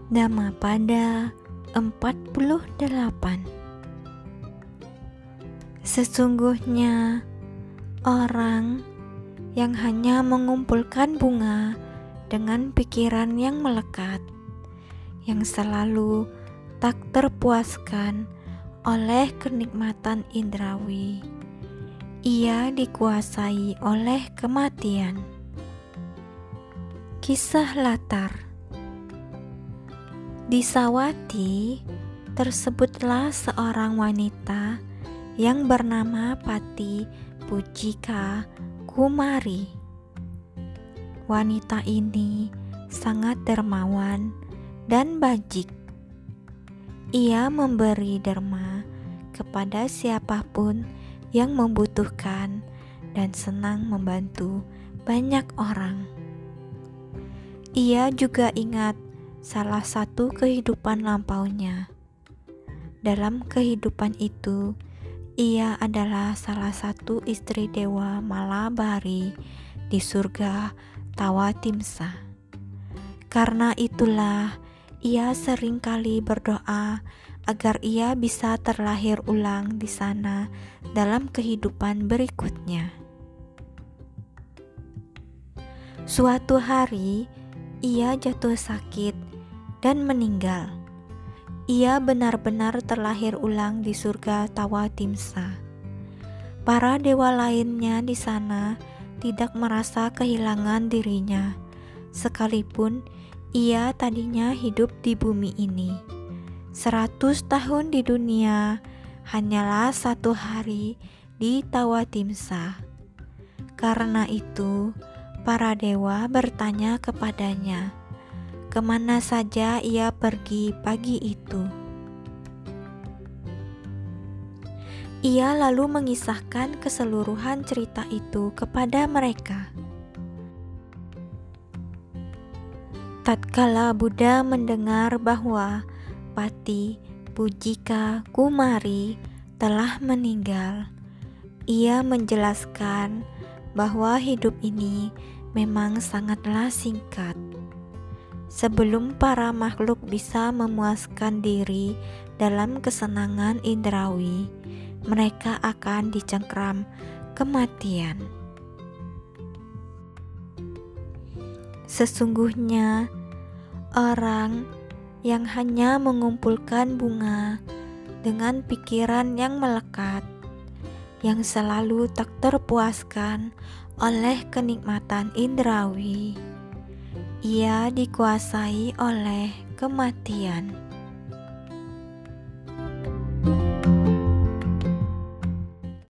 Dhammapada 48. Sesungguhnya orang yang hanya mengumpulkan bunga dengan pikiran yang melekat, yang selalu tak terpuaskan oleh kenikmatan indrawi, ia dikuasai oleh kematian. Kisah latar. Di Sawati tersebutlah seorang wanita yang bernama Pati Pujika Kumari. Wanita ini sangat dermawan dan bajik. Ia memberi derma kepada siapapun yang membutuhkan dan senang membantu banyak orang. Ia juga ingat salah satu kehidupan lampaunya. Dalam kehidupan itu, ia adalah salah satu istri Dewa Malabari di surga Tawatimsa. Karena itulah ia seringkali berdoa agar ia bisa terlahir ulang di sana dalam kehidupan berikutnya. Suatu hari, ia jatuh sakit dan meninggal. Ia benar-benar terlahir ulang di surga Tawatimsa. Para dewa lainnya di sana tidak merasa kehilangan dirinya, sekalipun ia tadinya hidup di bumi ini. 100 tahun di dunia hanyalah 1 hari di Tawatimsa. Karena itu, para dewa bertanya kepadanya, kemana saja ia pergi pagi itu. Ia lalu mengisahkan keseluruhan cerita itu kepada mereka. Tatkala Buddha mendengar bahwa Pati Pujika Kumari telah meninggal, ia menjelaskan bahwa hidup ini memang sangatlah singkat. Sebelum para makhluk bisa memuaskan diri dalam kesenangan indrawi, mereka akan dicengkram kematian. Sesungguhnya orang yang hanya mengumpulkan bunga dengan pikiran yang melekat, yang selalu tak terpuaskan oleh kenikmatan indrawi, ia dikuasai oleh kematian.